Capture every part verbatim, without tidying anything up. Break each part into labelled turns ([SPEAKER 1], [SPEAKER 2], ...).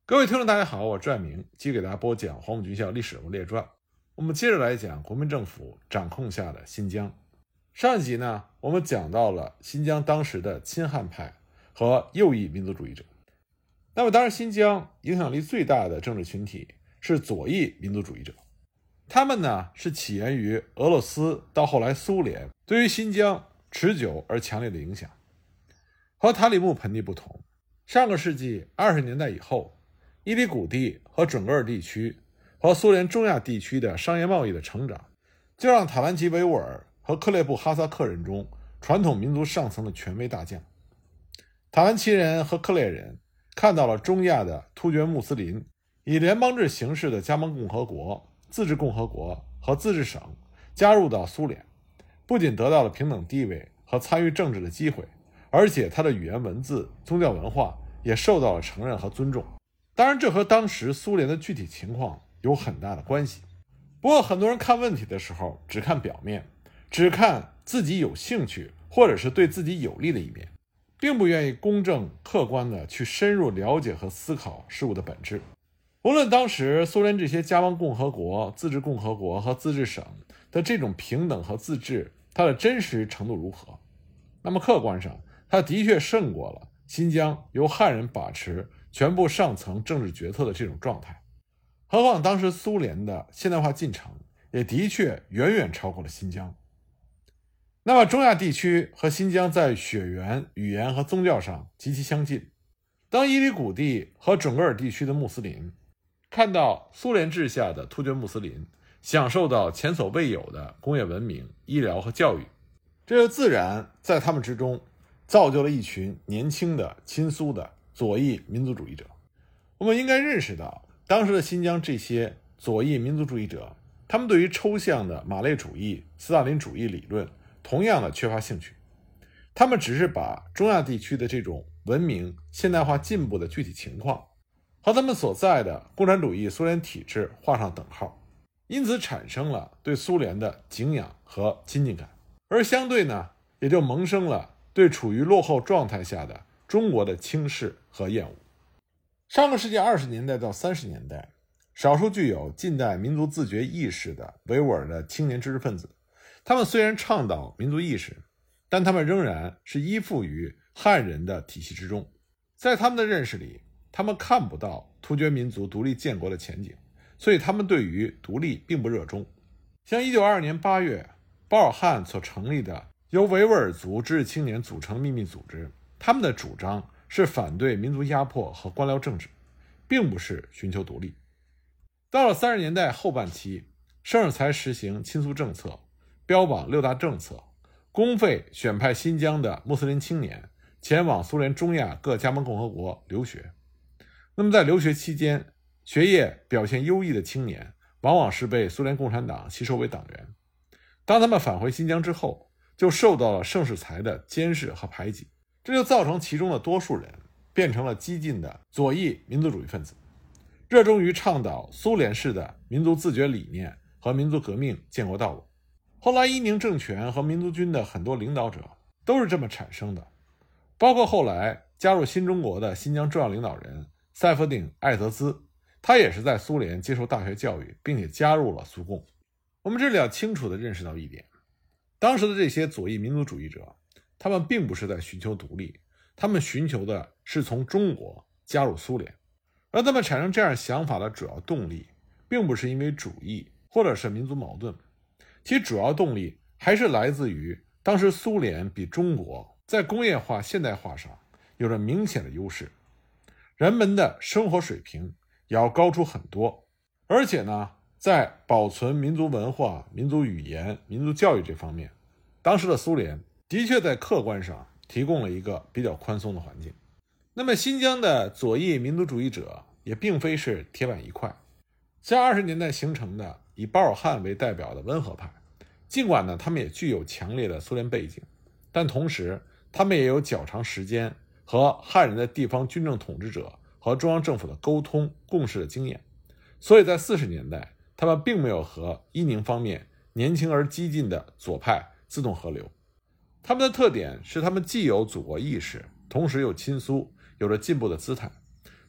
[SPEAKER 1] 各位听众大家好，我是拽明，继续给大家播讲黄埔军校历史人物列传。我们接着来讲国民政府掌控下的新疆。上一集呢，我们讲到了新疆当时的亲汉派和右翼民族主义者。那么当然新疆影响力最大的政治群体是左翼民族主义者，他们呢是起源于俄罗斯到后来苏联对于新疆持久而强烈的影响。和塔里木盆地不同，上个世纪二十年代以后，伊犁谷地和准噶尔地区和苏联中亚地区的商业贸易的成长，就让塔兰奇维吾尔和克列布哈萨克人中传统民族上层的权威大降。塔兰奇人和克列人看到了中亚的突厥穆斯林以联邦制形式的加盟共和国、自治共和国和自治省加入到苏联，不仅得到了平等地位和参与政治的机会，而且他的语言文字、宗教文化也受到了承认和尊重。当然这和当时苏联的具体情况有很大的关系。不过很多人看问题的时候只看表面，只看自己有兴趣或者是对自己有利的一面，并不愿意公正客观地去深入了解和思考事物的本质。无论当时苏联这些加盟共和国、自治共和国和自治省的这种平等和自治它的真实程度如何，那么客观上它的确胜过了新疆由汉人把持全部上层政治决策的这种状态。何况当时苏联的现代化进程也的确远远超过了新疆。那么中亚地区和新疆在血缘、语言和宗教上极其相近。当伊犁谷地和准噶尔地区的穆斯林看到苏联治下的突厥穆斯林享受到前所未有的工业文明、医疗和教育，这就自然在他们之中造就了一群年轻的亲苏的左翼民族主义者。我们应该认识到，当时的新疆这些左翼民族主义者，他们对于抽象的马列主义、斯大林主义理论同样的缺乏兴趣。他们只是把中亚地区的这种文明现代化进步的具体情况和他们所在的共产主义苏联体制画上等号，因此产生了对苏联的敬仰和亲近感，而相对呢，也就萌生了对处于落后状态下的中国的轻视和厌恶。上个世纪二十年代到三十年代，少数具有近代民族自觉意识的维吾尔的青年知识分子，他们虽然倡导民族意识，但他们仍然是依附于汉人的体系之中。在他们的认识里，他们看不到突厥民族独立建国的前景，所以他们对于独立并不热衷。像一九二二年八月，包尔汉所成立的由维吾尔族知识青年组成的秘密组织，他们的主张是反对民族压迫和官僚政治，并不是寻求独立。到了三十年代后半期，盛世才实行亲苏政策，标榜六大政策，公费选派新疆的穆斯林青年前往苏联中亚各加盟共和国留学。那么在留学期间，学业表现优异的青年往往是被苏联共产党吸收为党员。当他们返回新疆之后，就受到了盛世才的监视和排挤，这就造成其中的多数人变成了激进的左翼民族主义分子，热衷于倡导苏联式的民族自觉理念和民族革命建国道路。后来伊宁政权和民族军的很多领导者都是这么产生的，包括后来加入新中国的新疆重要领导人塞夫丁·艾泽兹，他也是在苏联接受大学教育，并且加入了苏共。我们这里要清楚地认识到一点，当时的这些左翼民族主义者，他们并不是在寻求独立，他们寻求的是从中国加入苏联。而他们产生这样想法的主要动力，并不是因为主义或者是民族矛盾，其主要动力还是来自于当时苏联比中国在工业化现代化上有着明显的优势，人们的生活水平也要高出很多，而且呢，在保存民族文化、民族语言、民族教育这方面，当时的苏联的确在客观上提供了一个比较宽松的环境。那么新疆的左翼民族主义者也并非是铁板一块，像二十年代形成的以包尔汉为代表的温和派，尽管呢他们也具有强烈的苏联背景，但同时他们也有较长时间和汉人的地方军政统治者和中央政府的沟通共事的经验，所以在四十年代他们并没有和伊宁方面年轻而激进的左派自动合流。他们的特点是他们既有祖国意识，同时又亲苏，有着进步的姿态。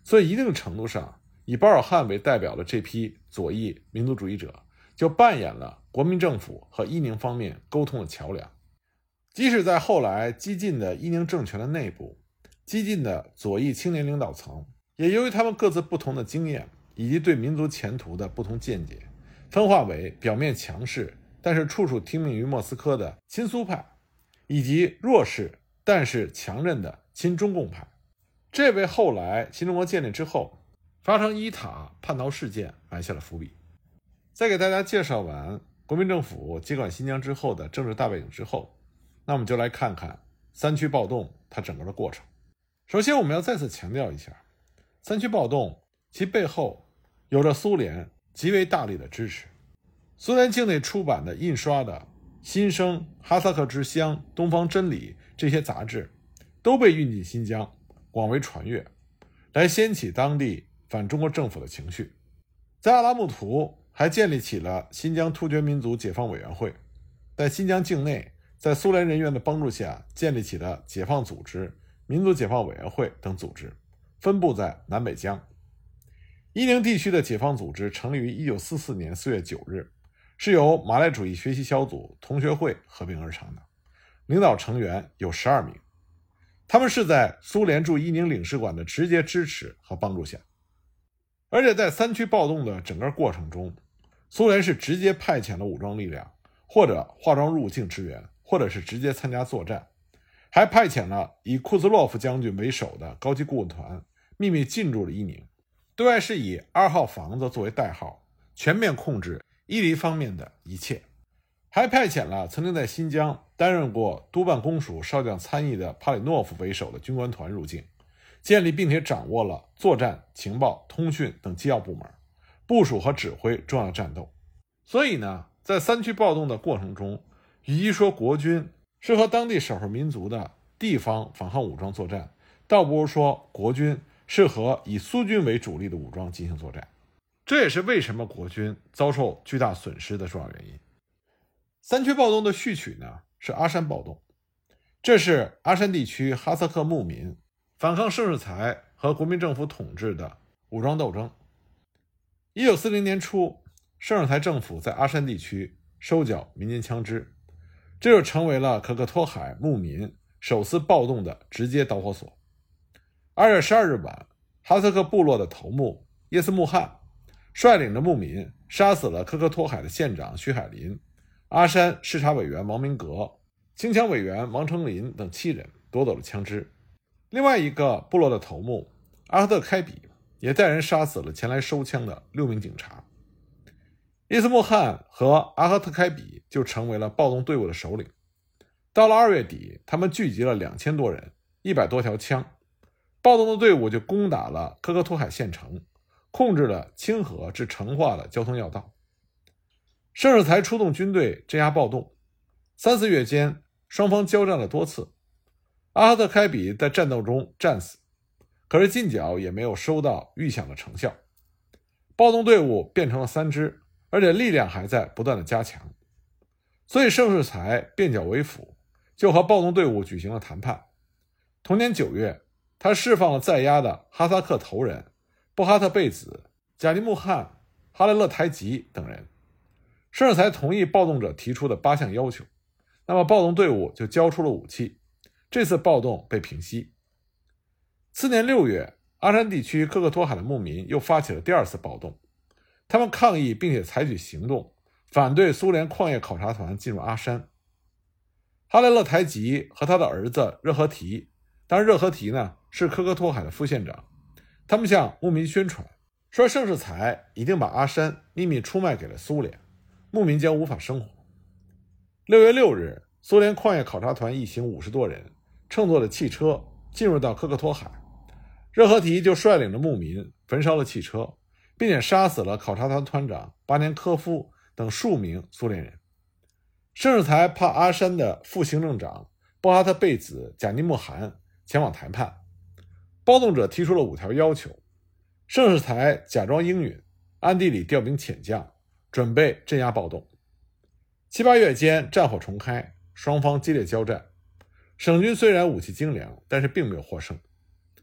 [SPEAKER 1] 所以一定程度上，以包尔汉为代表的这批左翼民族主义者就扮演了国民政府和伊宁方面沟通的桥梁。即使在后来激进的伊宁政权的内部，激进的左翼青年领导层也由于他们各自不同的经验以及对民族前途的不同见解，分化为表面强势但是处处听命于莫斯科的亲苏派，以及弱势但是强韧的亲中共派。这为后来新中国建立之后发生伊塔叛逃事件埋下了伏笔。在给大家介绍完国民政府接管新疆之后的政治大背景之后，那我们就来看看三区暴动它整个的过程。首先我们要再次强调一下，三区暴动其背后有着苏联极为大力的支持。苏联境内出版的印刷的新生、哈萨克之乡、东方真理这些杂志都被运进新疆，广为传阅，来掀起当地反中国政府的情绪。在阿拉木图还建立起了新疆突厥民族解放委员会，在新疆境内在苏联人员的帮助下建立起了解放组织、民族解放委员会等组织，分布在南北疆。伊宁地区的解放组织成立于一九四四年四月九日，是由马来主义学习小组同学会合并而成的，领导成员有十二名。他们是在苏联驻伊宁领事馆的直接支持和帮助下。而且在三区暴动的整个过程中，苏联是直接派遣了武装力量，或者化妆入境支援，或者是直接参加作战，还派遣了以库兹洛夫将军为首的高级顾问团秘密进驻了伊宁，对外是以二号房子作为代号，全面控制伊犁方面的一切。还派遣了曾经在新疆担任过督办公署少将参议的帕里诺夫为首的军官团入境，建立并且掌握了作战、情报、通讯等机要部门，部署和指挥重要战斗。所以呢，在三区暴动的过程中，与其说国军是和当地少数民族的地方反抗武装作战，倒不如说国军是和以苏军为主力的武装进行作战。这也是为什么国军遭受巨大损失的重要原因。三区暴动的序曲呢，是阿山暴动。这是阿山地区哈萨克牧民反抗盛世才和国民政府统治的武装斗争。一九四零年初，盛世才政府在阿山地区收缴民间枪支，这就成为了可可托海牧民首次暴动的直接导火索。二月十二日晚，哈萨克部落的头目叶斯穆汗率领着牧民杀死了可可托海的县长徐海林、阿山视察委员王明阁、清枪委员王成林等七人，夺走了枪支。另外一个部落的头目阿赫特开比也带人杀死了前来收枪的六名警察。叶斯穆汗和阿赫特开比就成为了暴动队伍的首领。到了二月底，他们聚集了两千多人，一百多条枪，暴动的队伍就攻打了可可托海县城，控制了清河至成化的交通要道。盛世才出动军队镇压暴动，三四月间双方交战了多次。阿哈特开比在战斗中战死，可是近剿也没有收到预想的成效。暴动队伍变成了三支，而且力量还在不断的加强。所以盛世才变剿为辅，就和暴动队伍举行了谈判。同年九月，他释放了在押的哈萨克头人布哈特贝子、贾利木汗、哈莱勒台吉等人。盛世才同意暴动者提出的八项要求，那么暴动队伍就交出了武器，这次暴动被平息。次年六月，阿山地区可可托海的牧民又发起了第二次暴动，他们抗议并且采取行动，反对苏联矿业考察团进入阿山。哈莱勒台吉和他的儿子热合提，当然热合提呢是可可托海的副县长，他们向牧民宣传说盛世才已经把阿山秘密出卖给了苏联，牧民将无法生活。六月六日，苏联矿业考察团一行五十多人乘坐着汽车进入到可可托海，热合提就率领着牧民焚烧了汽车，并且杀死了考察团团长巴年科夫等数名苏联人。盛世才派阿山的副行政长布哈特贝子贾尼木汗前往谈判，暴动者提出了五条要求。盛世才假装应允，暗地里调兵遣将，准备镇压暴动。七八月间战火重开，双方激烈交战。省军虽然武器精良，但是并没有获胜。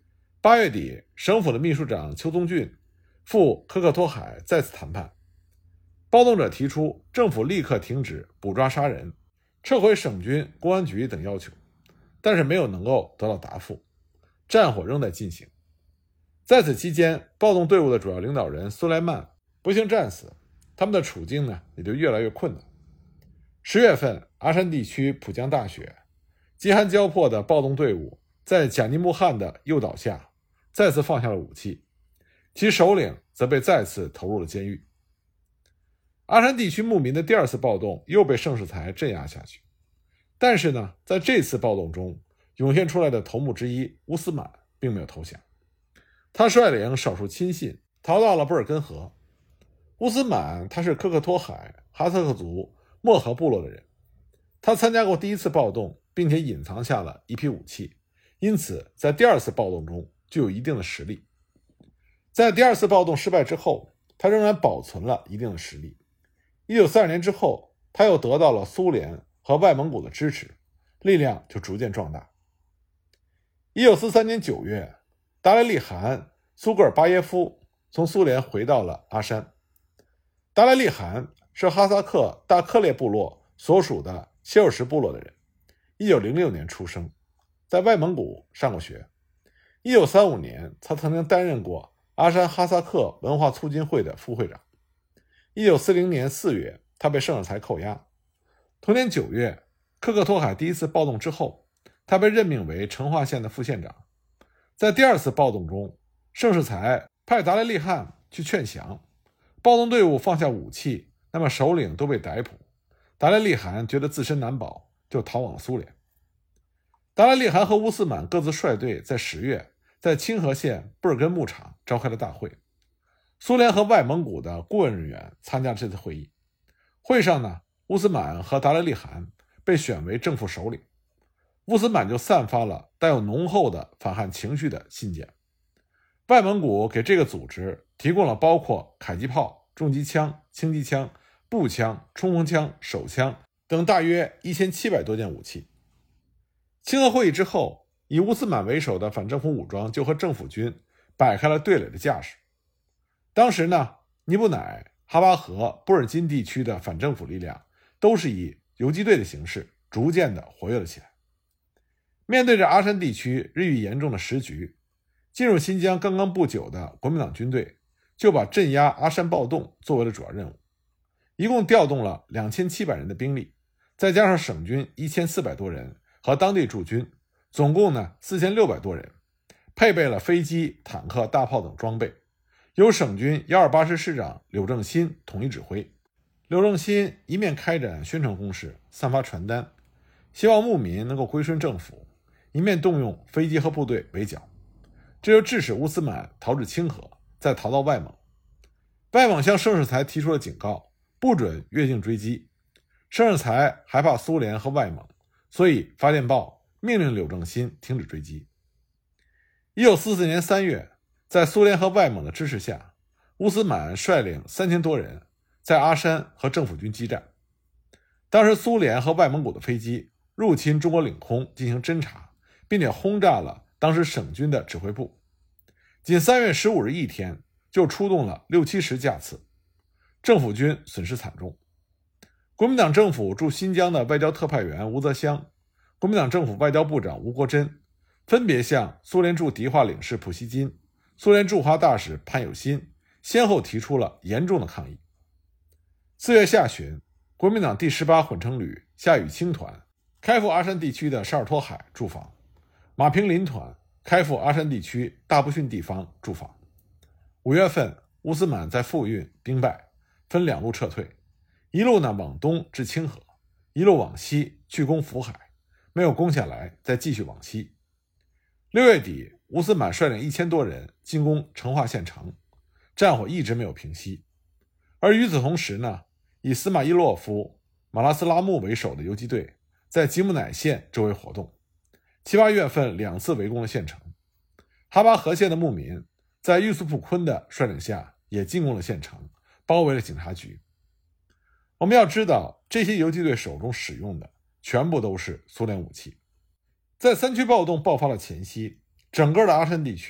[SPEAKER 1] 八月底，省府的秘书长邱宗俊赴科克托海再次谈判，暴动者提出政府立刻停止捕抓杀人，撤回省军、公安局等要求，但是没有能够得到答复，战火仍在进行。在此期间，暴动队伍的主要领导人苏莱曼不幸战死，他们的处境呢也就越来越困难。十月份，阿山地区普降大雪，饥寒交迫的暴动队伍在贾尼木汗的诱导下再次放下了武器，其首领则被再次投入了监狱。阿山地区牧民的第二次暴动又被盛世才镇压下去，但是呢，在这次暴动中涌现出来的头目之一乌斯满并没有投降，他率领少数亲信逃到了布尔根河。乌斯满他是科克托海哈萨克族莫河部落的人，他参加过第一次暴动，并且隐藏下了一批武器，因此在第二次暴动中就有一定的实力。在第二次暴动失败之后，他仍然保存了一定的实力。一九四二年之后，他又得到了苏联和外蒙古的支持，力量就逐渐壮大。一九四三年九月，达莱利汗、苏戈尔巴耶夫从苏联回到了阿山。达莱利汗是哈萨克大克列部落所属的谢尔什部落的人，一九零六年出生，在外蒙古上过学。一九三五年，他曾经担任过阿山哈萨克文化促进会的副会长。一九四零年四月，他被盛世才扣押。同年九月，科克托海第一次暴动之后，他被任命为成化县的副县长。在第二次暴动中，盛世才派达莱利汗去劝降，暴动队伍放下武器，那么首领都被逮捕。达莱利汗觉得自身难保，就逃往了苏联。达莱利汗和乌斯满各自率队在十月在清河县布尔根牧场召开了大会，苏联和外蒙古的顾问人员参加了这次会议。会上呢，乌斯满和达莱利汗被选为正副首领，乌斯满就散发了带有浓厚的反汉情绪的信件。外蒙古给这个组织提供了包括迫击炮、重机枪、轻机枪、步枪、冲锋枪、手枪等大约一千七百多件武器。清河会议之后，以乌斯满为首的反政府武装就和政府军摆开了对垒的架势。当时呢，尼布乃、哈巴河、布尔津地区的反政府力量都是以游击队的形式逐渐的活跃了起来。面对着阿山地区日益严重的时局，进入新疆刚刚不久的国民党军队就把镇压阿山暴动作为了主要任务，一共调动了两千七百人的兵力，再加上省军一千四百多人和当地驻军，总共呢四千六百多人，配备了飞机、坦克、大炮等装备，由省军一二八师师长柳正新统一指挥。柳正新一面开展宣传攻势，散发传单，希望牧民能够归顺政府，一面动用飞机和部队围剿，这就致使乌斯满逃至清河，再逃到外蒙。外蒙向盛世才提出了警告，不准越境追击。盛世才害怕苏联和外蒙，所以发电报命令柳正新停止追击。一九四四年三月，在苏联和外蒙的支持下，乌斯满率领三千多人在阿山和政府军激战。当时苏联和外蒙古的飞机入侵中国领空进行侦察，并且轰炸了当时省军的指挥部。仅三月十五日一天就出动了六七十架次，政府军损失惨重。国民党政府驻新疆的外交特派员吴泽湘、国民党政府外交部长吴国桢分别向苏联驻迪化领事普希金、苏联驻华大使潘友新先后提出了严重的抗议。四月下旬，国民党第十八混成旅夏雨清团开赴阿山地区的沙尔托海驻防，马平林团开赴阿山地区大布逊地方驻防。五月份，乌斯满在富蕴兵败，分两路撤退，一路呢往东至清河，一路往西去攻福海，没有攻下来，再继续往西。六月底，乌斯满率领一千多人进攻成化县城，战火一直没有平息。而与此同时呢，以司马伊洛夫、马拉斯拉木为首的游击队在吉木乃县周围活动，七八月份两次围攻了县城。哈巴河县的牧民在玉苏普坤的率领下也进攻了县城，包围了警察局。我们要知道，这些游击队手中使用的全部都是苏联武器。在三区暴动爆发的前夕，整个的阿山地区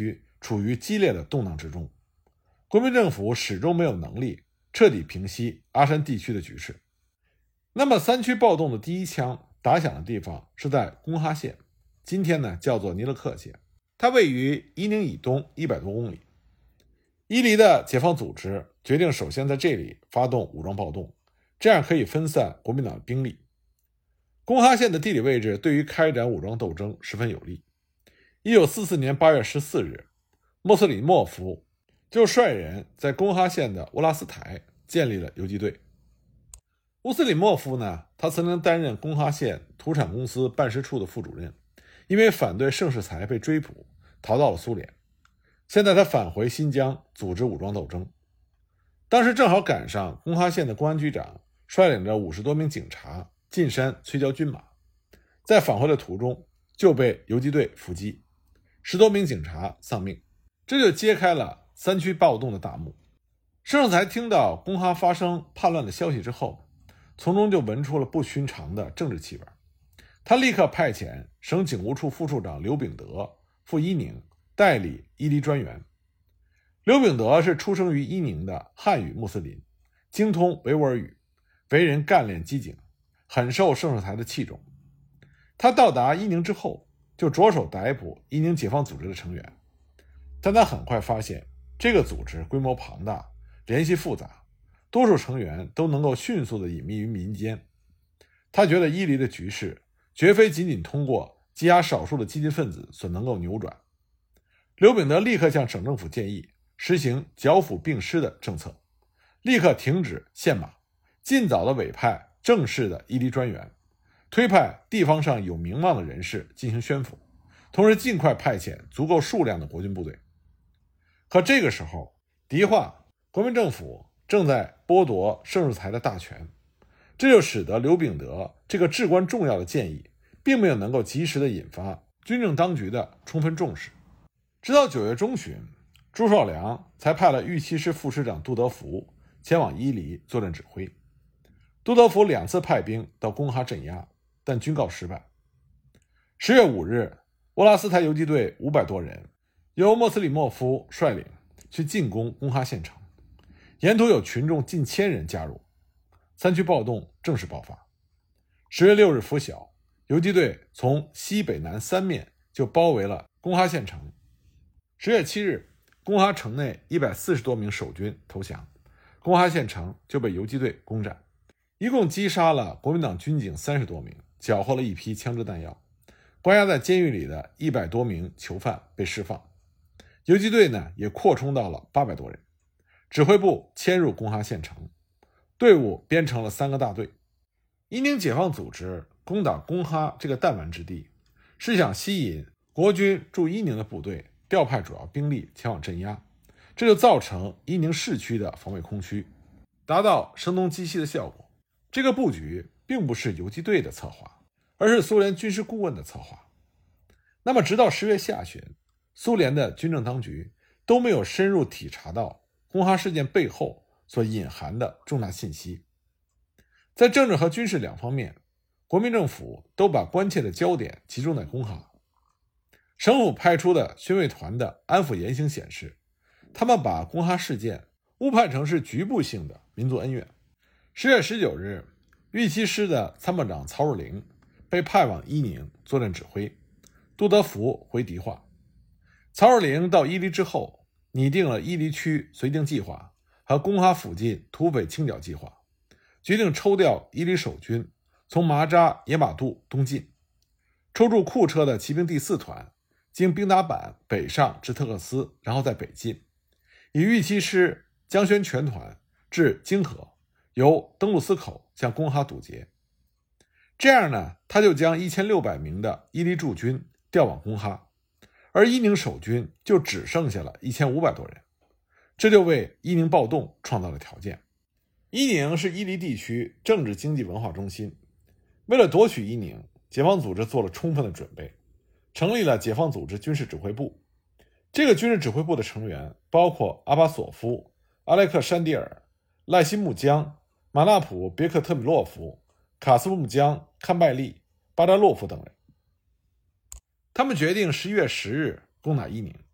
[SPEAKER 1] 处于激烈的动荡之中，国民政府始终没有能力彻底平息阿山地区的局势。那么三区暴动的第一枪打响的地方是在公哈县，今天呢叫做尼勒克县，它位于伊宁以东一百多公里。伊犁的解放组织决定首先在这里发动武装暴动，这样可以分散国民党的兵力。公哈县的地理位置对于开展武装斗争十分有利。一九四四年八月十四日，穆斯里莫夫就率人在公哈县的乌拉斯台建立了游击队。乌斯里莫夫呢，他曾经担任公哈县土产公司办事处的副主任，因为反对盛世才被追捕，逃到了苏联。现在他返回新疆组织武装斗争。当时正好赶上公哈县的公安局长率领着五十多名警察进山催交军马，在返回的途中就被游击队伏击，十多名警察丧命，这就揭开了三区暴动的大幕。盛世才听到公哈发生叛乱的消息之后，从中就闻出了不寻常的政治气味。他立刻派遣省警务处副处长刘秉德赴伊宁代理伊犁专员。刘秉德是出生于伊宁的汉语穆斯林，精通维吾尔语，为人干练机警，很受盛世才的器重。他到达伊宁之后，就着手逮捕伊宁解放组织的成员，但他很快发现这个组织规模庞大，联系复杂，多数成员都能够迅速地隐秘于民间。他觉得伊犁的局势绝非仅仅通过羁押少数的激进分子所能够扭转。刘秉德立刻向省政府建议实行剿抚并施的政策，立刻停止献马，尽早的委派正式的伊犁专员，推派地方上有名望的人士进行宣抚，同时尽快派遣足够数量的国军部队。可这个时候，迪化国民政府正在剥夺盛世才的大权，这就使得刘秉德这个至关重要的建议并没有能够及时的引发军政当局的充分重视。直到九月中旬，朱绍良才派了豫七师副师长杜德福前往伊犁作战指挥。杜德福两次派兵到公哈镇压，但均告失败。十月五日，乌拉斯台游击队五百多人由莫斯里莫夫率领去进攻公哈县城，沿途有群众近千人加入，三区暴动正式爆发。十月六日拂晓，游击队从西北南三面就包围了公哈县城。十月七日，公哈城内一百四十多名守军投降，公哈县城就被游击队攻占，一共击杀了国民党军警三十多名，缴获了一批枪支弹药。关押在监狱里的一百多名囚犯被释放，游击队呢也扩充到了八百多人。指挥部迁入公哈县城，队伍编成了三个大队。伊宁解放组织攻打公哈这个弹丸之地，是想吸引国军驻伊宁的部队调派主要兵力前往镇压，这就造成伊宁市区的防卫空虚，达到声东击西的效果。这个布局并不是游击队的策划，而是苏联军事顾问的策划。那么直到十月下旬，苏联的军政当局都没有深入体察到公哈事件背后所隐含的重大信息。在政治和军事两方面，国民政府都把关切的焦点集中在公哈。省府派出的宣慰团的安抚言行显示，他们把公哈事件误判成是局部性的民族恩怨。十月十九日，豫七师的参谋长曹汝霖被派往伊宁作战指挥，杜德福回迪化。曹汝霖到伊犁之后，拟定了伊犁区绥靖计划和公哈附近土匪清剿计划，决定抽调伊犁守军从麻扎野马渡东进，抽驻库车的骑兵第四团经兵达坂北上至特克斯，然后再北进，以豫七师江宣全团至泾河，由登陆斯口向公哈堵截。这样呢，他就将一千六百名的伊犁驻军调往公哈，而伊宁守军就只剩下了一千五百多人，这就为伊宁暴动创造了条件。伊宁是伊犁地区政治经济文化中心，为了夺取伊宁，解放组织做了充分的准备，成立了解放组织军事指挥部。这个军事指挥部的成员包括阿巴索夫、阿列克山迪尔、赖西木江、马纳普别克特米洛夫、卡斯木江、堪拜利、巴扎洛夫等人。他们决定十一月十日攻打伊宁，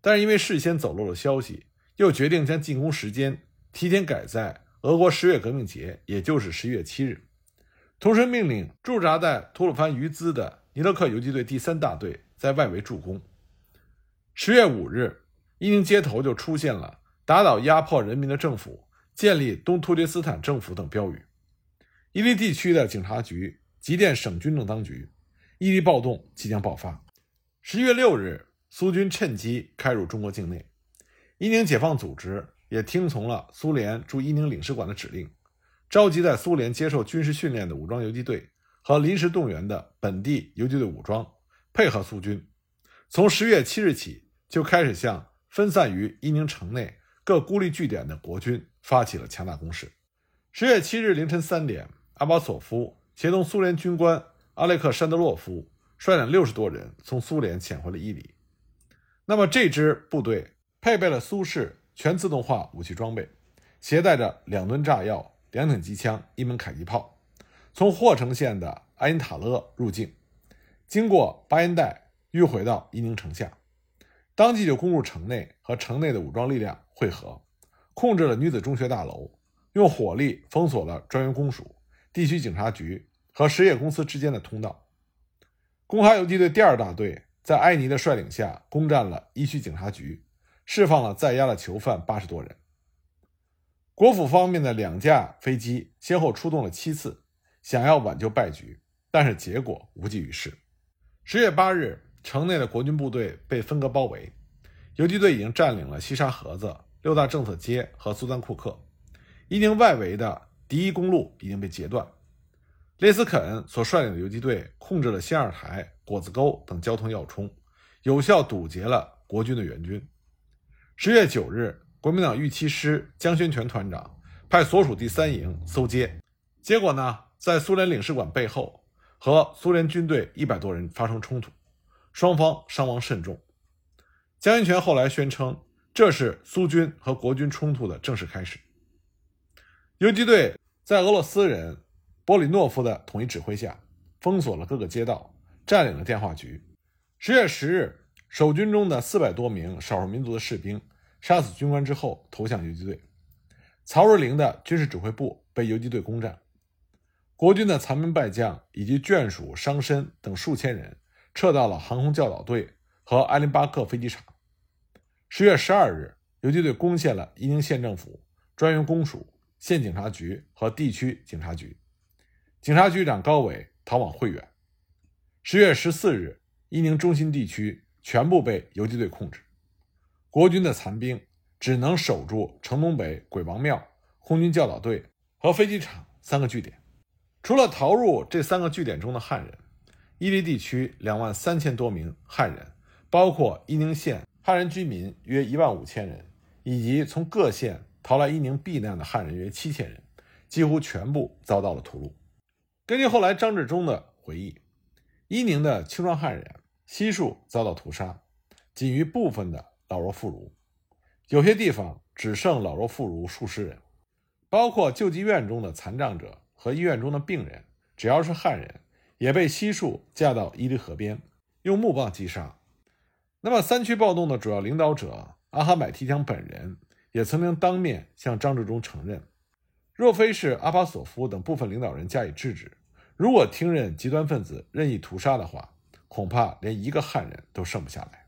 [SPEAKER 1] 但是因为事先走漏了消息，又决定将进攻时间提前改在俄国十月革命节，也就是十一月七日。同时命令驻扎在吐鲁番于兹的尼勒克游击队第三大队在外围助攻。十月五日，伊宁街头就出现了打倒压迫人民的政府、建立东突厥斯坦政府等标语。伊犁地区的警察局急电省军政当局，伊犁暴动即将爆发。十一月六日，苏军趁机开入中国境内，伊宁解放组织也听从了苏联驻伊宁领事馆的指令，召集在苏联接受军事训练的武装游击队和临时动员的本地游击队武装，配合苏军，从十月七日起就开始向分散于伊宁城内各孤立据点的国军发起了强大攻势。十月七日凌晨三点，阿巴索夫协同苏联军官阿列克山德洛夫率领六十多人从苏联潜回了伊犁。那么这支部队配备了苏式全自动化武器装备，携带着两吨炸药、两挺机枪、一门迫击炮，从霍城县的阿因塔勒入境，经过巴音带迂回到伊宁城下，当即就攻入城内，和城内的武装力量会合，控制了女子中学大楼，用火力封锁了专员公署、地区警察局和实业公司之间的通道。公哈游击队第二大队在埃尼的率领下攻占了一区警察局，释放了在押的囚犯八十多人。国府方面的两架飞机先后出动了七次，想要挽救败局，但是结果无济于事。十月八日，城内的国军部队被分割包围，游击队已经占领了西沙河子、六大政策街和苏丹库克。伊宁外围的第一公路已经被截断，列斯肯所率领的游击队控制了新二台、果子沟等交通要冲，有效堵截了国军的援军。十月九日，国民党豫七师江宣全团长派所属第三营搜接，结果呢，在苏联领事馆背后和苏联军队一百多人发生冲突，双方伤亡甚重。江宣全后来宣称，这是苏军和国军冲突的正式开始。游击队在俄罗斯人波里诺夫的统一指挥下，封锁了各个街道，占领了电话局。十月十日，守军中的四百多名少数民族的士兵杀死军官之后投向游击队。曹瑞龄的军事指挥部被游击队攻占，国军的残兵败将以及眷属伤身等数千人撤到了航空教导队和埃林巴克飞机场。十月十二日，游击队攻陷了伊宁县政府、专员公署、县警察局和地区警察局，警察局长高伟逃往会远。十月十四日，伊宁中心地区全部被游击队控制，国军的残兵只能守住城东北鬼王庙、空军教导队和飞机场三个据点。除了逃入这三个据点中的汉人，伊犁地区两万三千多名汉人，包括伊宁县汉人居民约一万五千人，以及从各县逃来伊宁避难的汉人约七千人，几乎全部遭到了屠戮。根据后来张治中的回忆，伊宁的青壮汉人悉数遭到屠杀，仅余部分的老弱妇孺，有些地方只剩老弱妇孺数十人，包括救济院中的残障者和医院中的病人，只要是汉人也被悉数架到伊犁河边，用木棒击杀。那么三区暴动的主要领导者阿哈买提江本人也曾经当面向张治中承认，若非是阿巴索夫等部分领导人加以制止，如果听任极端分子任意屠杀的话，恐怕连一个汉人都剩不下来。